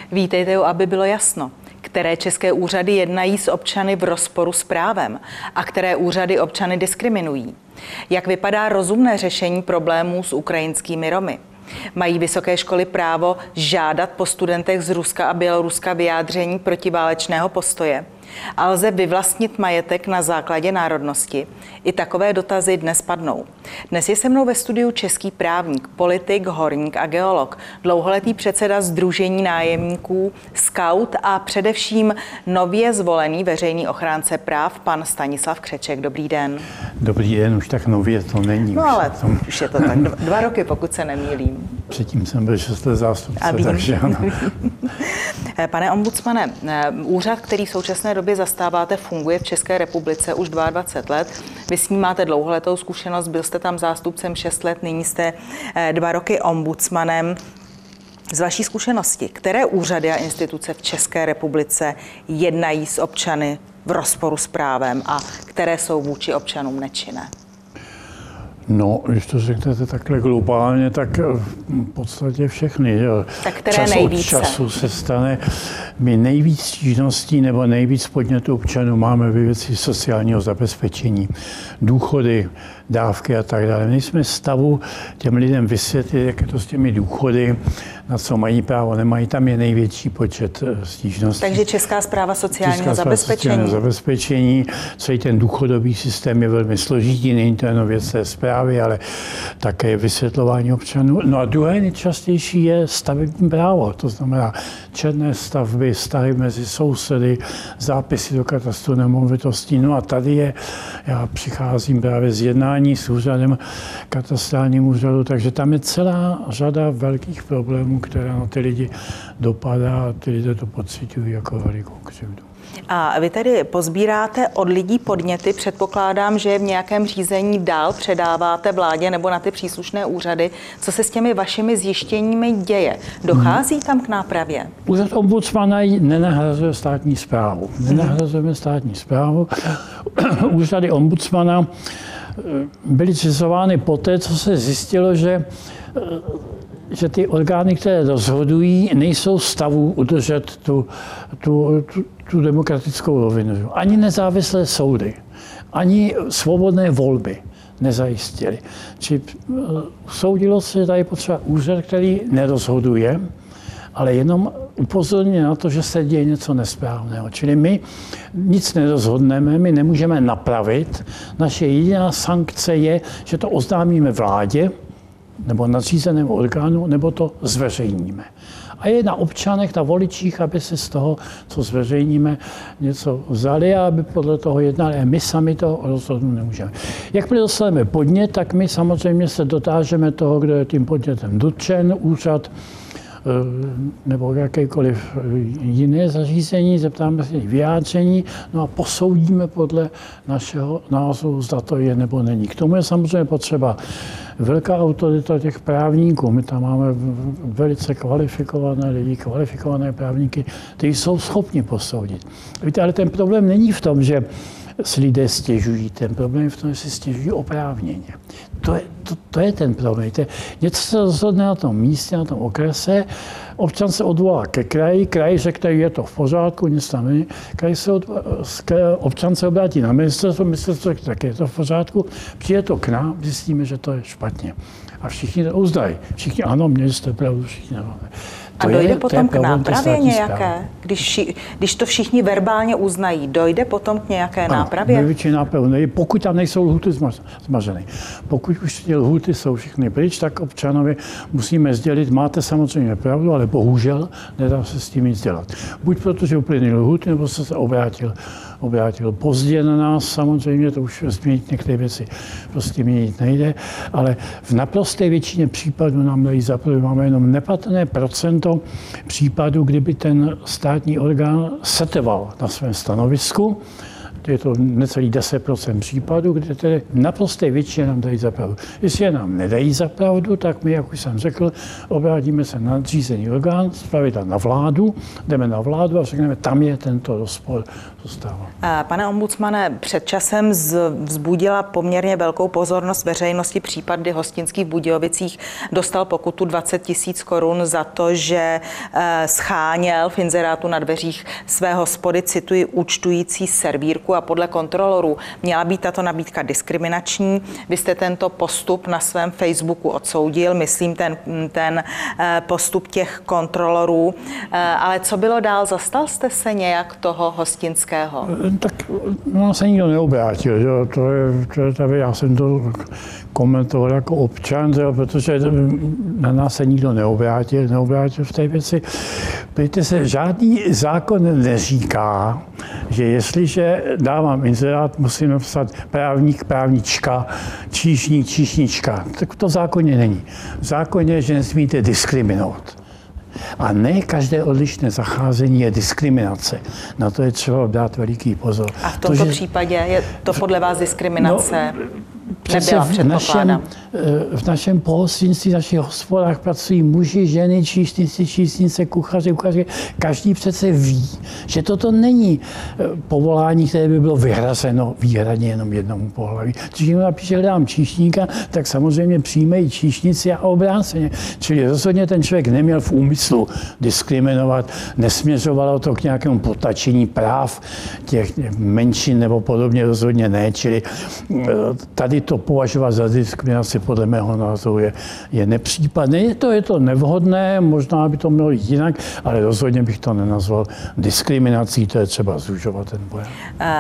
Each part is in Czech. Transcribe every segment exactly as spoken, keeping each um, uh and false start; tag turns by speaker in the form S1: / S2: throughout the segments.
S1: Vítejte, aby bylo jasno, které české úřady jednají s občany v rozporu s právem a které úřady občany diskriminují. Jak vypadá rozumné řešení problémů s ukrajinskými Romy? Mají vysoké školy právo žádat po studentech z Ruska a Běloruska vyjádření protiválečného postoje? A lze vyvlastnit majetek na základě národnosti? I takové dotazy dnes padnou. Dnes je se mnou ve studiu český právník, politik, horník a geolog, dlouholetý předseda Sdružení nájemníků, skaut a především nově zvolený veřejný ochránce práv, pan Stanislav Křeček. Dobrý den.
S2: Dobrý den, už tak nově to není.
S1: No ale to, už je to tak dva roky, pokud se nemýlím.
S2: Předtím jsem byl šesté zástupce, takže ano.
S1: Pane ombudsmane, úřad, který v současné době zastáváte, funguje v České republice už dvacet dva let. Vy s ním máte dlouholetou zkušenost, byl jste tam zástupcem šest let, nyní jste dva roky ombudsmanem. Z vaší zkušenosti, které úřady a instituce v České republice jednají s občany v rozporu s právem a které jsou vůči občanům nečinné?
S2: No, když to řeknete takhle globálně, tak v podstatě všechny.
S1: Tak které
S2: Čas
S1: nejvíce?
S2: Od času se stane, my nejvíc stížností nebo nejvíc podnětů občanů máme ve věci sociálního zabezpečení, důchody, dávky a tak dále. Nejsme v stavu těm lidem vysvětlit, jak je to s těmi důchody, na co mají právo, nemají. Tam je největší počet stížností.
S1: Takže Česká správa sociálního
S2: Česká
S1: zabezpečení.
S2: Sociálního zabezpečení, celý ten důchodový systém je velmi složitý, není to jenom věc té zprávy, ale také vysvětlování občanů. No a druhé nejčastější je stavební právo, to znamená černé stavby, vztahy mezi sousedy, zápisy do katastru nemovitostí. No a tady je, já přicházím právě z jednání s úřadem, katastrálním úřadu, takže tam je celá řada velkých problémů, která na ty lidi dopadá a ty lidé to pocitují jako velikou křivdu.
S1: A vy tedy pozbíráte od lidí podněty, předpokládám, že je v nějakém řízení dál předáváte vládě nebo na ty příslušné úřady. Co se s těmi vašimi zjištěními děje? Dochází tam k nápravě?
S2: Úřad ombudsmana nenahrazuje státní správu. Nenahrazujeme státní správu. Úřady ombudsmana byly zřizovány poté, co se zjistilo, že že ty orgány, které rozhodují, nejsou v stavu udržet tu, tu, tu, tu demokratickou rovinu. Ani nezávislé soudy, ani svobodné volby nezajistili. Či soudilo se, že tady potřeba úřad, který nerozhoduje, ale jenom upozorňuje na to, že se děje něco nesprávného. Čili my nic nerozhodneme, my nemůžeme napravit. Naše jediná sankce je, že to oznámíme vládě, nebo nadřízenému orgánu, nebo to zveřejníme. A je na občanech, na voličích, aby se z toho, co zveřejníme, něco vzali a aby podle toho jednali. A my sami to rozhodnout nemůžeme. Jakmile dostaneme podnět, tak my samozřejmě se dotážeme toho, kdo je tím podnětem dotčen, úřad nebo jakékoliv jiné zařízení, zeptáme se vyjádření, no a posoudíme podle našeho názoru, zda to je nebo není. K tomu je samozřejmě potřeba velká autorita těch právníků. My tam máme velice kvalifikované lidi, kvalifikované právníky, kteří jsou schopni posoudit. Víte, ale ten problém není v tom, že si lidé stěžují. Ten problém je v tom, že si stěžují oprávněně. To je, to, to je ten problém. To je, něco se rozhodne na tom místě, na tom okrese, občan se odvolá ke kraji, kraj řekne, je to v pořádku, nic tam není. Kraj se od, občan se obrátí na ministerstvo, ministerstvo řekne, tak je to v pořádku, přijde to k nám, zjistíme, že to je špatně. A všichni to uzdají. Všichni, ano, měli jste pravdu, všichni ano.
S1: A dojde je, potom k nápravě nějaké? Když, když to všichni verbálně uznají, dojde potom k nějaké
S2: ano,
S1: nápravě?
S2: Největší nápravě, pokud tam nejsou lhuty zmařeny. Pokud už ty lhuty jsou všechny pryč, tak občanovi musíme sdělit, máte samozřejmě pravdu, ale bohužel nedá se s tím nic dělat. Buď protože uplynuly lhuty, nebo se se obrátil, obrátil pozdě na nás, samozřejmě to už změnit některé věci prostě měnit nejde, ale v naprosté většině případů nám dají zaprvé, máme jenom nepatrné procento případů, kdyby ten státní orgán setrval na svém stanovisku, je to necelý deset procent případů, kde tedy naprosté většině nám dají za pravdu. Jestli je nám nedají za pravdu, tak my, jak už jsem řekl, obrátíme se na nadřízený orgán, zpravidla na vládu, jdeme na vládu a řekneme, tam je tento rozpor, co stává.
S1: Pane ombudsmane, před časem vzbudila poměrně velkou pozornost veřejnosti případ, kdy Hostinský v Budějovicích dostal pokutu dvacet tisíc korun za to, že scháněl v inzerátu na dveřích své hospody, cituji, účtující servírku, a podle kontrolorů měla být tato nabídka diskriminační. Vy jste tento postup na svém Facebooku odsoudil, myslím ten, ten postup těch kontrolorů, ale co bylo dál? Zastal jste se nějak toho Hostinského?
S2: Tak no, se nikdo neobrátil, že? To je, to je tady, já jsem to komentoval jako občan, že? Protože na nás se nikdo neobrátil, neobrátil v té věci. Pojďte se, žádný zákon neříká, že jestliže dávám inzerát, musím napsat právník, právnička, číšník, číšnička. Tak to v zákoně není. V zákoně je, že nesmíte diskriminovat. A ne každé odlišné zacházení je diskriminace. Na to je třeba dát veliký pozor.
S1: A v tomto to, že... případě je to podle vás diskriminace? No,
S2: přece v našem, v našem pohostinství, v našich hospodách pracují muži, ženy, číšníci, číšnice, kuchaři, kuchaři. Každý přece ví, že toto není povolání, které by bylo vyhrazeno výhradně jenom jednomu pohlaví. Když někdo napíše, hledám číšníka, tak samozřejmě přijmejí číšnici a obráceně. Čili rozhodně ten člověk neměl v úmyslu diskriminovat, nesměřovalo to k nějakému potlačení práv těch menšin nebo podobně, rozhodně ne. Čili tady to považovat za diskriminaci podle mého názoru je, je nepřípadné. Je to, je to nevhodné, možná by to mělo jít jinak, ale rozhodně bych to nenazval diskriminací, to je třeba zužovat ten pojem.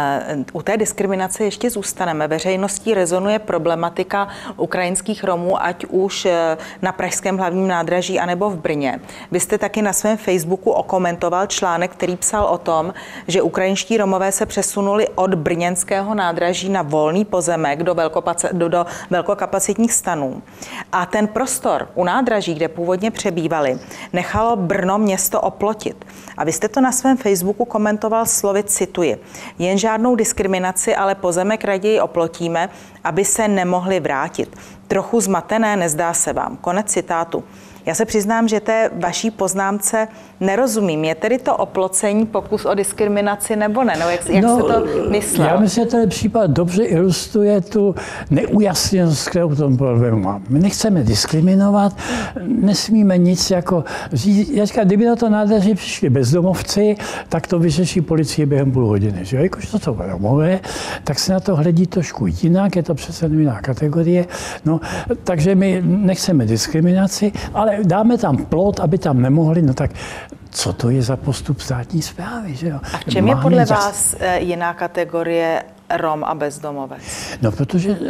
S1: U té diskriminace ještě zůstaneme. Veřejností rezonuje problematika ukrajinských Romů, ať už na pražském hlavním nádraží, anebo v Brně. Vy jste taky na svém Facebooku okomentoval článek, který psal o tom, že ukrajinští Romové se přesunuli od brněnského nádraží na volný pozemek do velkopac Do, do velkokapacitních stanů. A ten prostor u nádraží, kde původně přebývali, nechalo Brno město oplotit. A vy jste to na svém Facebooku komentoval slovy, cituji, jen žádnou diskriminaci, ale pozemek raději oplotíme, aby se nemohli vrátit. Trochu zmatené, nezdá se vám. Konec citátu. Já se přiznám, že té vaší poznámce nerozumím. Je tedy to oplocení pokus o diskriminaci nebo ne? No, jak jak no, jste to myslel?
S2: Já myslím, že ten případ dobře ilustruje tu neujasněnost, kterou v tom problému mám. My nechceme diskriminovat, nesmíme nic jako říct. Já říkám, kdyby na to nádraží přišli bezdomovci, tak to vyřeší policie během půl hodiny. Že? Jakož to jsou Romové, tak se na to hledí trošku jinak, je to přece jiná kategorie. No, takže my nechceme diskriminaci, ale dáme tam plot, aby tam nemohli, no tak co to je za postup státní správy, že jo?
S1: A v čem je podle vás jiná kategorie Rom a bezdomovec?
S2: No, protože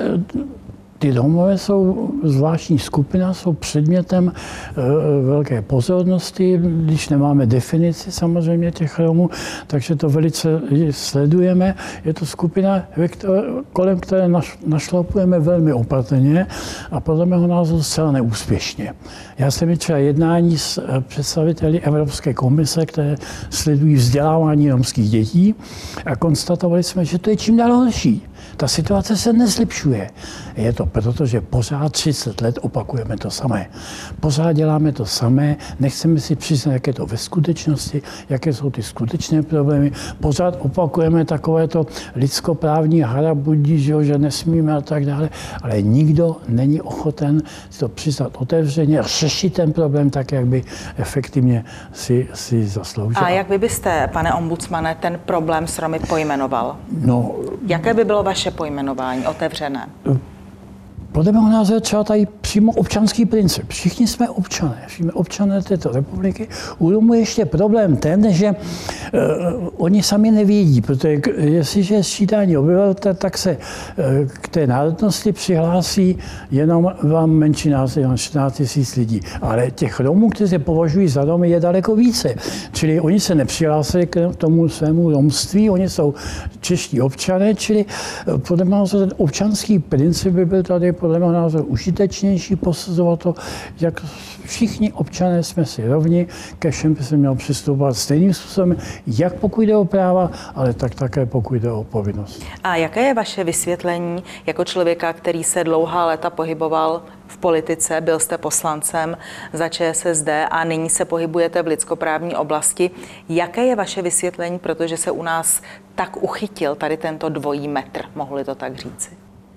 S2: ty Romové jsou zvláštní skupina, jsou předmětem velké pozornosti, když nemáme definici samozřejmě těch Romů, takže to velice sledujeme. Je to skupina, kolem které našlapujeme velmi opatrně a podle mého názoru zcela neúspěšně. Já jsem měl třeba jednání s představiteli Evropské komise, které sledují vzdělávání romských dětí a konstatovali jsme, že to je čím dál horší. Ta situace se nezlepšuje. Je to proto, že pořád třicet let opakujeme to samé. Pořád děláme to samé, nechceme si přiznat, jak je to ve skutečnosti, jaké jsou ty skutečné problémy. Pořád opakujeme takovéto lidskoprávní harabudí, že, že nesmíme a tak dále, ale nikdo není ochoten si to přiznat otevřeně, řešit ten problém tak, jak by efektivně si, si zasloužil.
S1: A jak vy byste, pane ombudsmane, ten problém s Romy pojmenoval?
S2: No,
S1: jaké by bylo vaše pojmenování otevřené?
S2: Podle mého názoru třeba tady přímo občanský princip. Všichni jsme občané, všichni jsme občané této republiky. U Romů je ještě problém ten, že uh, oni sami nevědí, protože jestliže je sčítání obyvatel, tak se uh, k té národnosti přihlásí jenom vám menší název, čtrnáct tisíc lidí. Ale těch Romů, kteří se považují za Romy, je daleko více. Čili oni se nepřihlásili k tomu svému romství, oni jsou čeští občané, čili uh, podle mého názoru ten občanský princip by byl tady podle mého názoru užitečnější. nejobecnější posuzovat to, jak všichni občané jsme si rovni, ke všem by se měl přistupovat stejným způsobem, jak pokud jde o práva, ale tak také pokud jde o povinnost.
S1: A jaké je vaše vysvětlení jako člověka, který se dlouhá léta pohyboval v politice, byl jste poslancem za ČSSD a nyní se pohybujete v lidskoprávní oblasti. Jaké je vaše vysvětlení, protože se u nás tak uchytil tady tento dvojí metr, mohli to tak říci?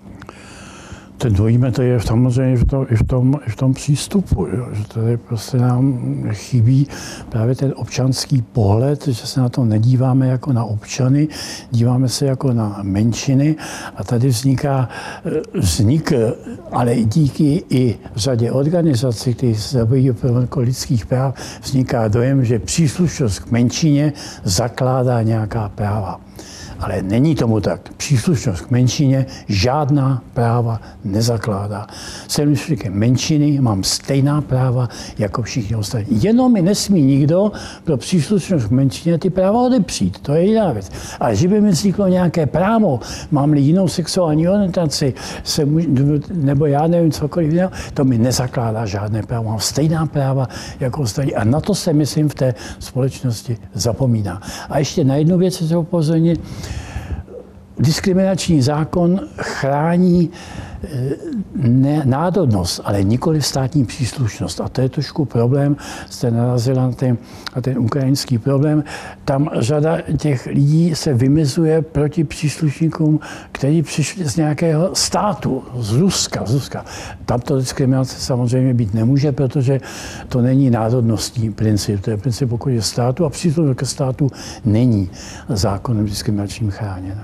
S2: Ten dvojí metr je samozřejmě v tom, i, v tom, i v tom přístupu, jo, že tady prostě nám chybí právě ten občanský pohled, že se na to nedíváme jako na občany, díváme se jako na menšiny a tady vzniká vznik, ale díky i řadě organizací, které se zabývají lidských práv, vzniká dojem, že příslušnost k menšině zakládá nějaká práva. Ale není tomu tak. Příslušnost k menšině žádná práva nezakládá. Jsem členem menšiny, mám stejná práva jako všichni ostatní. Jenom mi nesmí nikdo pro příslušnost k menšině ty práva odepřít. To je jiná věc. Ale že by mi vzniklo nějaké právo, mám-li jinou sexuální orientaci, se můž, nebo já nevím cokoliv jiného, to mi nezakládá žádné právo. Mám stejná práva jako ostatní. A na to se, myslím, v té společnosti zapomíná. A ještě na jednu věc se upozornit. Diskriminační zákon chrání ne národnost, ale nikoli státní příslušnost. A to je trošku problém, jste narazila na ten, na ten ukrajinský problém. Tam řada těch lidí se vymezuje proti příslušníkům, kteří přišli z nějakého státu, z Ruska. Z Ruska. Tam to diskriminace samozřejmě být nemůže, protože to není národnostní princip. To je princip, pokud je státu a příslušnost ke státu není zákonem diskriminačním chráněna.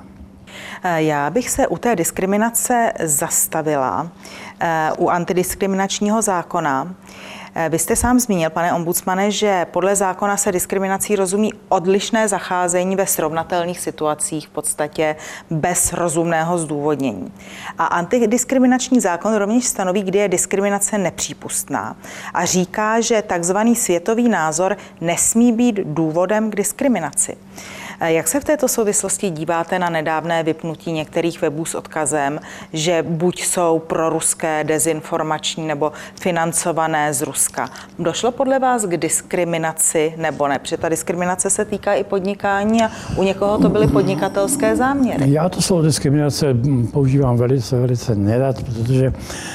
S1: Já bych se u té diskriminace zastavila, u antidiskriminačního zákona. Vy jste sám zmínil, pane ombudsmane, že podle zákona se diskriminací rozumí odlišné zacházení ve srovnatelných situacích, v podstatě bez rozumného zdůvodnění. A antidiskriminační zákon rovněž stanoví, kdy je diskriminace nepřípustná a říká, že takzvaný světový názor nesmí být důvodem k diskriminaci. Jak se v této souvislosti díváte na nedávné vypnutí některých webů s odkazem, že buď jsou proruské, dezinformační nebo financované z Ruska? Došlo podle vás k diskriminaci nebo ne? Protože ta diskriminace se týká i podnikání a u někoho to byly podnikatelské záměry.
S2: Já to slovo diskriminace používám velice, velice nerad, protože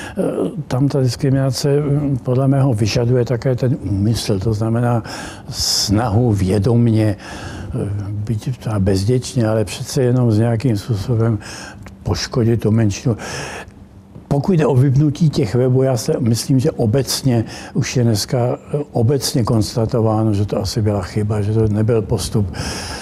S2: tam ta diskriminace podle mého vyžaduje také ten úmysl, to znamená snahu vědomně, být třeba bezděčně, ale přece jenom s nějakým způsobem poškodit tu menšinu. Pokud jde o vypnutí těch webů, já si myslím, že obecně už je dneska obecně konstatováno, že to asi byla chyba, že to nebyl postup,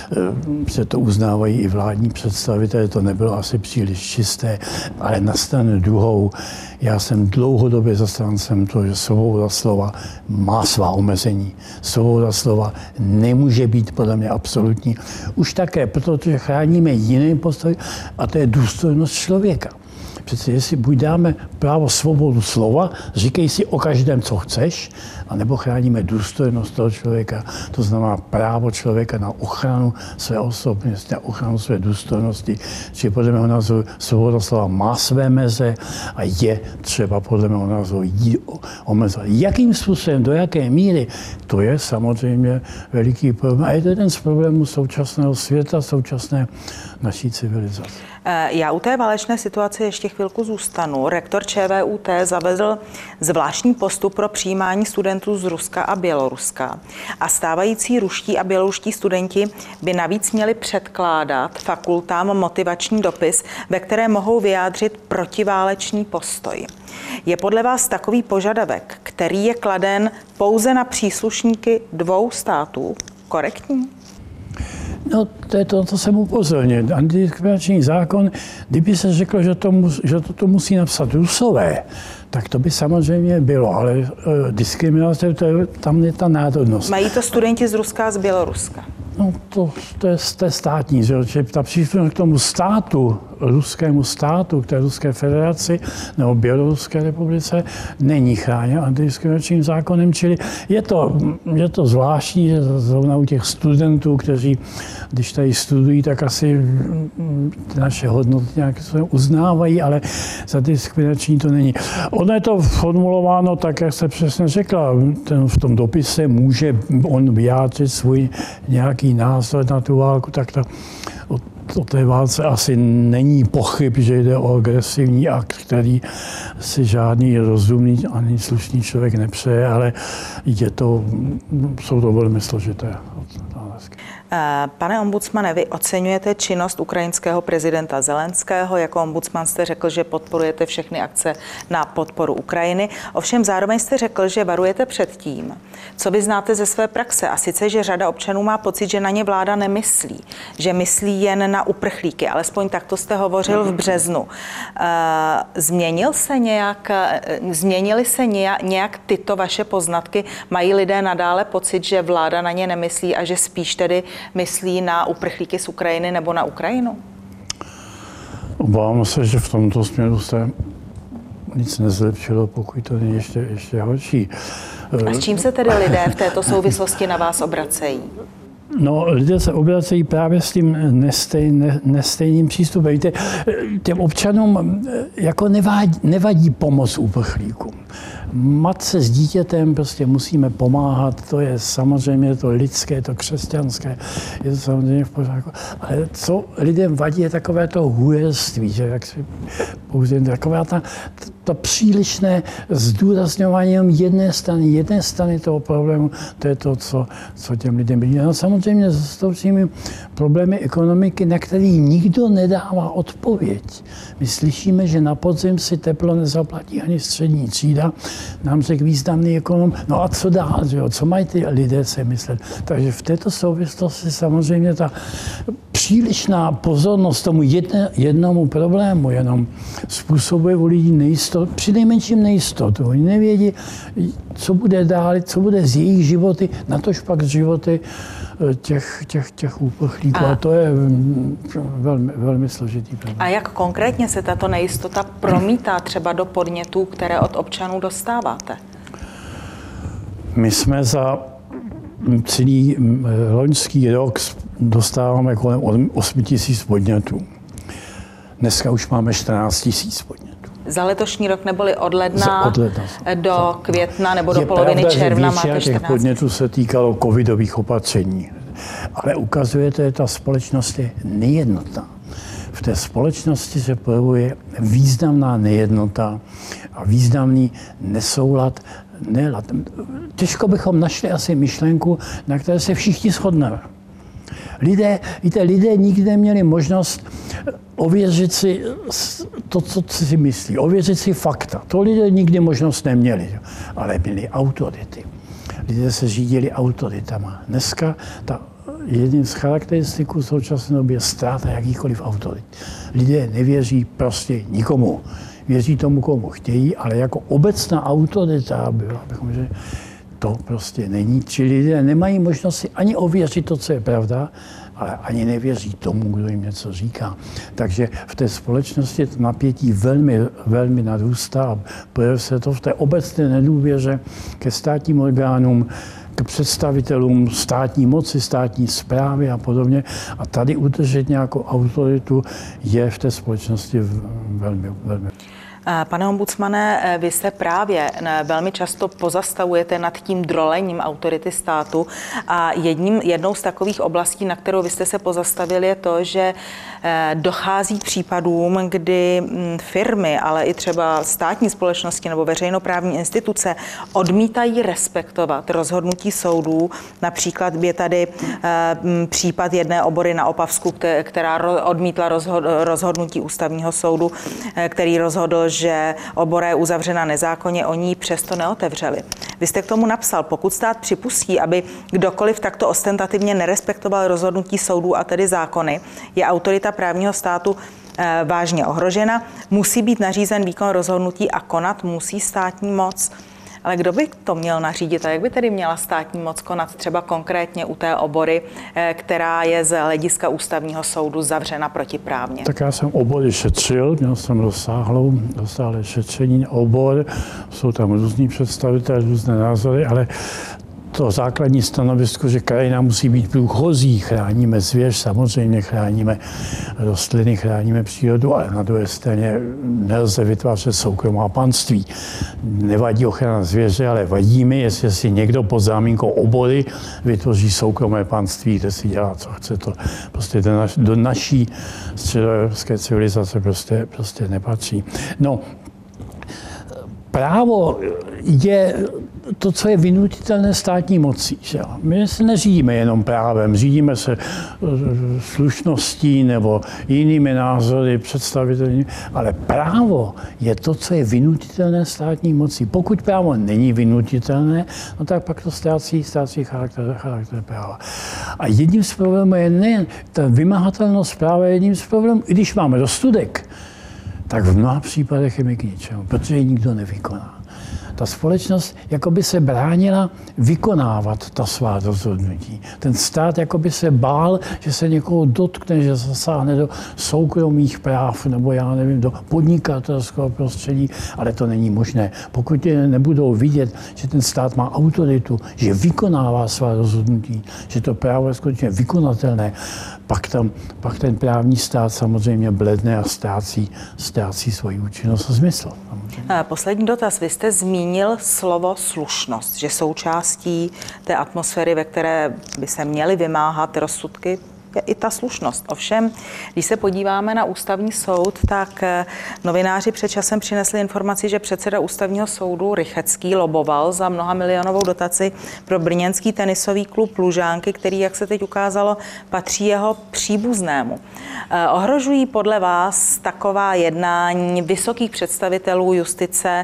S2: že to uznávají i vládní představitelé, to nebylo asi příliš čisté, ale na stranu druhou, já jsem dlouhodobě zastáncem toho, že svoboda slova má svá omezení. Svoboda slova nemůže být podle mě absolutní. Už také, protože chráníme jiný postoj a to je důstojnost člověka. Přece jestli buď dáme právo svobodu slova, říkej si o každém, co chceš, anebo chráníme důstojnost toho člověka, to znamená právo člověka na ochranu své osobnosti, na ochranu své důstojnosti. Čili podle mého názoru svoboda slova má své meze a je třeba podle mého názoru ji omezovat. Jakým způsobem, do jaké míry, to je samozřejmě veliký problém. A je to jeden z problémů současného světa, současné naší civilizace.
S1: Já u té válečné situace ještě chvilku zůstanu. Rektor ČVUT zavedl zvláštní postup pro přijímání studentů z Ruska a Běloruska. A stávající ruští a běloruští studenti by navíc měli předkládat fakultám motivační dopis, ve které mohou vyjádřit protiválečný postoj. Je podle vás takový požadavek, který je kladen pouze na příslušníky dvou států, korektní?
S2: No, to je to, co jsem upozornil. Antidiskriminační zákon, kdyby se řeklo, že to, mus, že to, to musí napsat Rusové, tak to by samozřejmě bylo, ale uh, diskriminace, to je, tam je ta národnost.
S1: Mají to studenti z Ruska a z Běloruska?
S2: No to, to, je, to je státní, že ta příslušnost k tomu státu, ruskému státu, k té Ruské federaci nebo Běloruské republice není chráněna antidiskriminačním zákonem, čili je to, je to zvláštní, že zrovna u těch studentů, kteří, když tady studují, tak asi ty naše hodnoty nějak se uznávají, ale za diskriminační to není. Ono je to formulováno tak, jak se přesně řekla, ten, v tom dopise může on vyjádřit svůj nějaký názor na tu válku, tak to o té válce asi není pochyb, že jde o agresivní akt, který si žádný rozumný ani slušný člověk nepřeje, ale je to, jsou to velmi složité otázky.
S1: Pane ombudsmane, vy oceňujete činnost ukrajinského prezidenta Zelenského. Jako ombudsman jste řekl, že podporujete všechny akce na podporu Ukrajiny. Ovšem zároveň jste řekl, že varujete před tím, co vy znáte ze své praxe. A sice, že řada občanů má pocit, že na ně vláda nemyslí, že myslí jen na uprchlíky. Alespoň takto jste hovořil v březnu. Změnil se nějak, změnily se nějak, nějak tyto vaše poznatky? Mají lidé nadále pocit, že vláda na ně nemyslí a že spíš tedy myslí na uprchlíky z Ukrajiny nebo na Ukrajinu?
S2: Obávám se, že v tomto směru se nic nezlepšilo, pokud to není ještě, ještě horší.
S1: A s čím se tedy lidé v této souvislosti na vás obracejí?
S2: No, lidé se obracejí právě s tím nestej, ne, nestejným přístupem. Víte, těm občanům jako nevadí, nevadí pomoc uprchlíkům. Matce s dítětem prostě musíme pomáhat, to je samozřejmě to lidské, to křesťanské, je to samozřejmě v pořádku. Ale co lidem vadí, je takové to hujerství, že jak si pouze taková ta, to přílišné zdůrazňování jenom jedné strany, jedné strany toho problému, to je to, co, co těm lidem vidí. No, samozřejmě s těmi problémy ekonomiky, na který nikdo nedává odpověď. My slyšíme, že na podzim si teplo nezaplatí ani střední třída, nám řekl významný ekonom, no a co dál, že jo? Co mají ty lidé se myslet? Takže v této souvislosti samozřejmě ta přílišná pozornost tomu jedne, jednomu problému jenom způsobuje u lidí nejistotu, přinejmenším nejistotu. Oni nevědí, co bude dál, co bude z jejich životy, natož pak z životy těch, těch, těch uprchlíků. A to je velmi, velmi složitý problém.
S1: A jak konkrétně se tato nejistota promítá třeba do podnětů, které od občanů dostáváte?
S2: My jsme za celý loňský rok dostáváme kolem osm tisíc podnětů. Dneska už máme čtrnáct tisíc podnětů.
S1: Za letošní rok neboli od ledna,
S2: od ledna
S1: do května nebo do
S2: je
S1: poloviny
S2: pravda,
S1: června
S2: že
S1: máte čtrnáct.
S2: těch podnětů se týkalo covidových opatření. Ale ukazuje to, že ta společnost je nejednotná. V té společnosti se projevuje významná nejednota a významný nesoulad. Nelad. Těžko bychom našli asi myšlenku, na které se všichni shodneme. Lidé, víte, lidé nikdy neměli možnost ověřit si to, co si myslí, ověřit si fakta. To lidé nikdy možnost neměli, ale byli autority. Lidé se řídili autoritama. Dneska ta jedním z charakteristiků současné doby je ztráta jakýchkoliv autorit. Lidé nevěří prostě nikomu. Věří tomu, komu chtějí, ale jako obecná autorita byla, bychom řekli, to prostě není. Čili lidé nemají možnost si ani ověřit to, co je pravda, ale ani nevěří tomu, kdo jim něco říká. Takže v té společnosti to napětí velmi, velmi narůstá a projevuje se to v té obecné nedůvěře ke státním orgánům, k představitelům státní moci, státní správy a podobně. A tady udržet nějakou autoritu je v té společnosti velmi, velmi.
S1: Pane ombudsmane, vy se právě velmi často pozastavujete nad tím drolením autority státu a jedním, jednou z takových oblastí, na kterou vy jste se pozastavili, je to, že dochází k případům, kdy firmy, ale i třeba státní společnosti nebo veřejnoprávní instituce odmítají respektovat rozhodnutí soudů. Například je tady případ jedné obory na Opavsku, která odmítla rozhodnutí ústavního soudu, který rozhodl, že obora je uzavřena nezákonně, oni ji přesto neotevřeli. Vy jste k tomu napsal, pokud stát připustí, aby kdokoliv takto ostentativně nerespektoval rozhodnutí soudů a tedy zákony, je autorita právního státu e, vážně ohrožena, musí být nařízen výkon rozhodnutí a konat musí státní moc. Ale kdo by to měl nařídit a jak by tedy měla státní moc konat třeba konkrétně u té obory, která je z hlediska ústavního soudu zavřena protiprávně?
S2: Tak já jsem obory šetřil, měl jsem rozsáhlou, rozsáhlé šetření obor, jsou tam různí představitelé, různé názory, ale to základní stanovisko, že krajina musí být průchozí, chráníme zvěř, samozřejmě chráníme rostliny, chráníme přírodu, ale na druhé straně nelze vytvářet soukromá panství. Nevadí ochrana zvěře, ale vadí mi, jestli si někdo pod záminkou obory vytvoří soukromé panství, kde si dělá, co chce. To prostě do, naš, do naší středoevropské civilizace prostě, prostě nepatří. No, právo je to, co je vynutitelné státní mocí. Že? My se neřídíme jenom právem, řídíme se slušností nebo jinými názory, představitelnými, ale právo je to, co je vynutitelné státní mocí. Pokud právo není vynutitelné, no tak pak to ztrácí, ztrácí charakter, charakter práva. A jedním z problémů je nejen ta vymahatelnost práva, je jedním z problémů, i když máme rozsudek, tak v mnoha případech je mi k ničemu, protože ji nikdo nevykoná. Ta společnost jakoby se bránila vykonávat ta svá rozhodnutí. Ten stát jakoby se bál, že se někoho dotkne, že zasáhne do soukromých práv nebo já nevím, do podnikatelského prostředí, ale to není možné. Pokud nebudou vidět, že ten stát má autoritu, že vykonává svá rozhodnutí, že to právo je skutečně vykonatelné, pak, tam, pak ten právní stát samozřejmě bledne a ztrácí, ztrácí svoji účinnost a smysl.
S1: Poslední dotaz. Vy jste zmínil slovo slušnost, že součástí té atmosféry, ve které by se měly vymáhat rozsudky, je i ta slušnost. Ovšem, když se podíváme na ústavní soud, tak novináři před časem přinesli informaci, že předseda ústavního soudu Rychetský loboval za mnoha milionovou dotaci pro brněnský tenisový klub Lužánky, který, jak se teď ukázalo, patří jeho příbuznému. Ohrožují podle vás taková jednání vysokých představitelů justice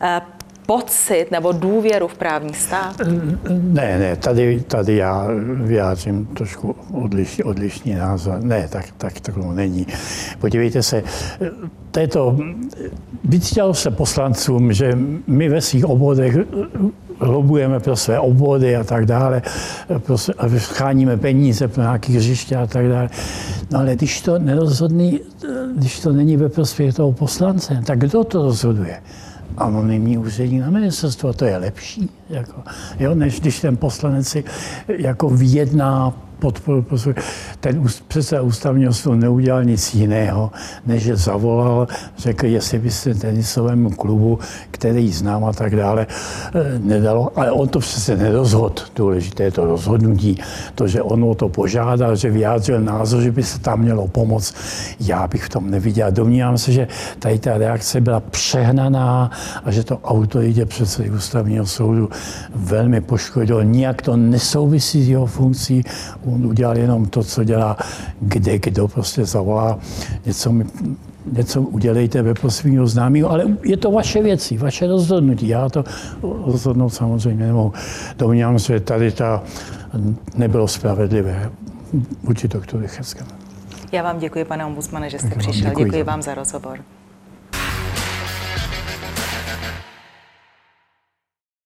S1: pocit nebo důvěru v právní stát?
S2: Ne, ne, tady, tady já vyjádřím trošku odlišný, odlišný názor. Ne, tak, tak to není. Podívejte se, této, vyčítalo se poslancům, že my ve svých obvodech lobujeme pro své obvody a tak dále, prostě, a scháníme peníze pro nějaké hřiště a tak dále. No ale když to nerozhodný, když to není ve prospěch toho poslance, tak kdo to rozhoduje? Anonymní úředník na ministerstvo, to je lepší, jako, jo, než když ten poslanec si jako vyjedná podporu. Ten předseda ústavního soudu neudělal nic jiného, než že zavolal, řekl, jestli by se tenisovému klubu, který znám a tak dále, nedalo. Ale on to přece nerozhodl. Důležité je to rozhodnutí. To, že on o to požádal, že vyjádřil názor, že by se tam mělo pomoct. Já bych v tom neviděl. Domnívám se, že tady ta reakce byla přehnaná a že to autoritě předsedy ústavního soudu velmi poškodilo. Nijak to nesouvisí s jeho funkcí. On udělal jenom to, co dělá kde kdo, prostě zavolá, něco, mi, něco udělejte ve prospěch známého, ale je to vaše věci, vaše rozhodnutí. Já to rozhodnout samozřejmě nemohu. Domnívám se, že tady ta nebylo spravedlivé vůči doktoru Rychetském.
S1: Já vám děkuji, pane ombudsmane, že jste přišel. Děkuji, děkuji vám za rozhovor.